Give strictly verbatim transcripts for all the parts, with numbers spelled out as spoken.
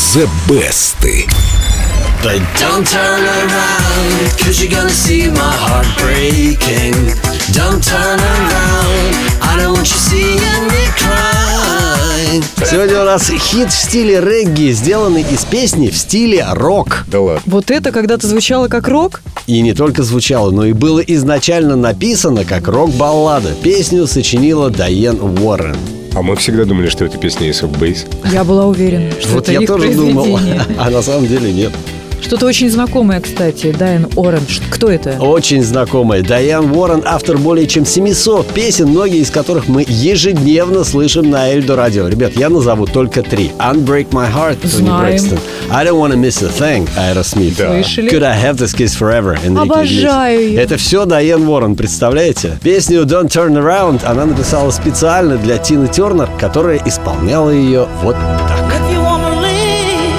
The Best. But don't turn around, cause you're gonna see my heart breaking. Don't turn around, I don't want you seeing me cry. Сегодня у нас хит в стиле регги, сделанный из песни в стиле рок. Да ладно. Вот это когда-то звучало как рок? И не только звучало, но и было изначально написано как рок-баллада. Песню сочинила Дайан Уоррен. А мы всегда думали, что это песня Ace of Base. Я была уверена, что Вот это я их тоже думал, произведение. а на самом деле нет. Что-то очень знакомое, кстати. Дайан Уоррен. Ш- Кто это? Очень знакомая. Дайан Уоррен — автор более чем семисот песен, многие из которых мы ежедневно слышим на Эльдо Радио. Ребят, я назову только три. Unbreak My Heart, Тони Знаем. Брэкстон. I Don't Wanna Miss a Thing, Aerosmith. Да. Слышали? Could I Have This Kiss Forever, Enrique Обожаю Iglesias. ее. Это все Дайан Уоррен, представляете? Песню Don't Turn Around она написала специально для Тины Тернер, которая исполняла ее вот так. If you wanna leave,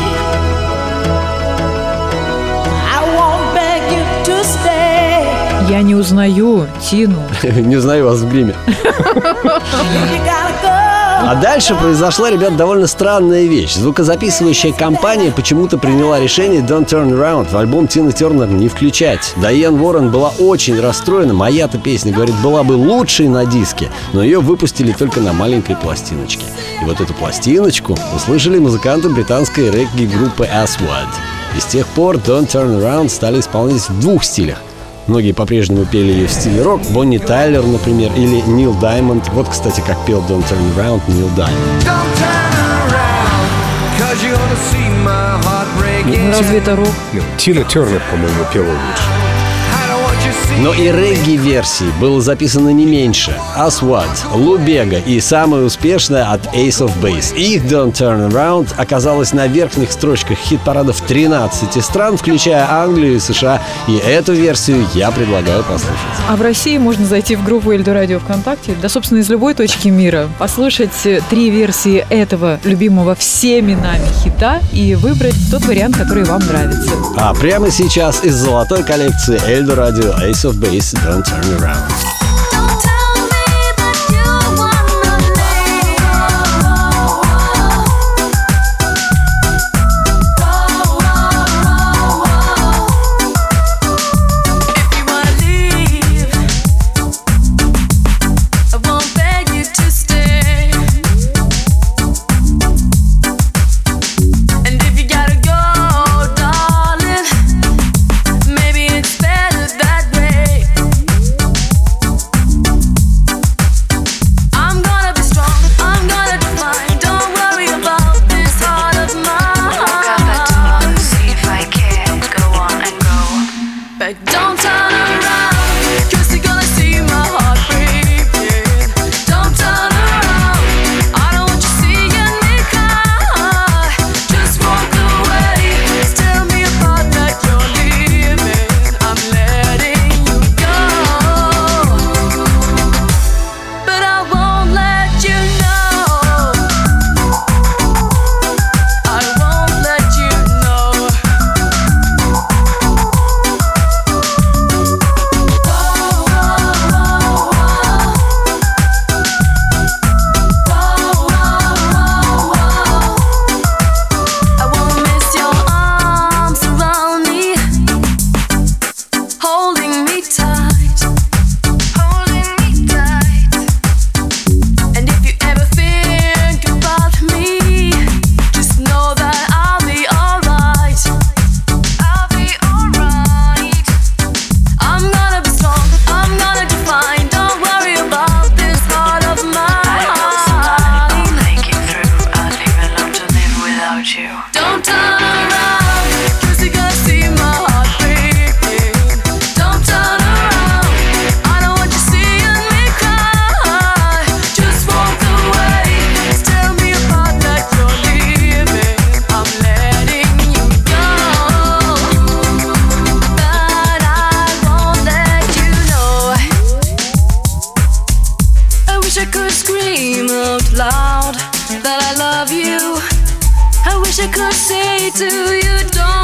I won't beg you to stay. Я не узнаю Тину. Не знаю вас в гриме. You gotta go. А дальше произошла, ребят, довольно странная вещь. Звукозаписывающая компания почему-то приняла решение Don't Turn Around в альбом Тины Тернер не включать. Дайан Уоррен была очень расстроена. Моя-то песня, говорит, была бы лучшей на диске, но ее выпустили только на маленькой пластиночке. И вот эту пластиночку услышали музыканты британской регги-группы Aswad. И с тех пор Don't Turn Around стали исполнять в двух стилях. Многие по-прежнему пели ее в стиле рок. Бонни Тайлер, например, или Нил Даймонд. Вот, кстати, как пел Don't Turn Around Нил Даймонд. Ну, разве это рок? Ну, Тина Тернер, по-моему, пела лучше. Но и регги-версий было записано не меньше. Aswad, Лу Бега и самая успешная от Ace of Base. Их Don't Turn Around оказалась на верхних строчках хит-парадов тринадцати стран, включая Англию и США. И эту версию я предлагаю послушать. А в России можно зайти в группу Эльдо Радио ВКонтакте, да, собственно, из любой точки мира, послушать три версии этого любимого всеми нами хита и выбрать тот вариант, который вам нравится. А прямо сейчас из золотой коллекции Эльдо Радио Ace of Base Don't Turn Around. Don't tell me that you wanna leave. If you wanna leave, I won't beg you to stay. And if you gotta go, darling, maybe it's better that way. I'm gonna be strong, I'm gonna define. Don't worry about this heart of mine. See if I can go on and go. But don't turn around, cause you're gonna see my heart breaking. Don't turn around, I don't want you seeing me cry. Just walk away, tell me apart that you're leaving. I'm letting you go, but I won't let you know. I won't let you know. I won't miss your arms around me, holding me tight, Holding me tight. and if you ever think about me, just know that I'll be alright. I'll be alright. I'm gonna be strong, I'm gonna define. Don't worry about this heart of I know somebody mine. making through. I'd even love to live without you. Don't turn around, cause you're gonna see my heart breaking. Don't turn around, I don't want you seeing me cry. Just walk away, tell me apart that you're leaving. I'm letting you go, but I won't let you know. I wish I could scream out loud that I love you. I wish I could say to you, don't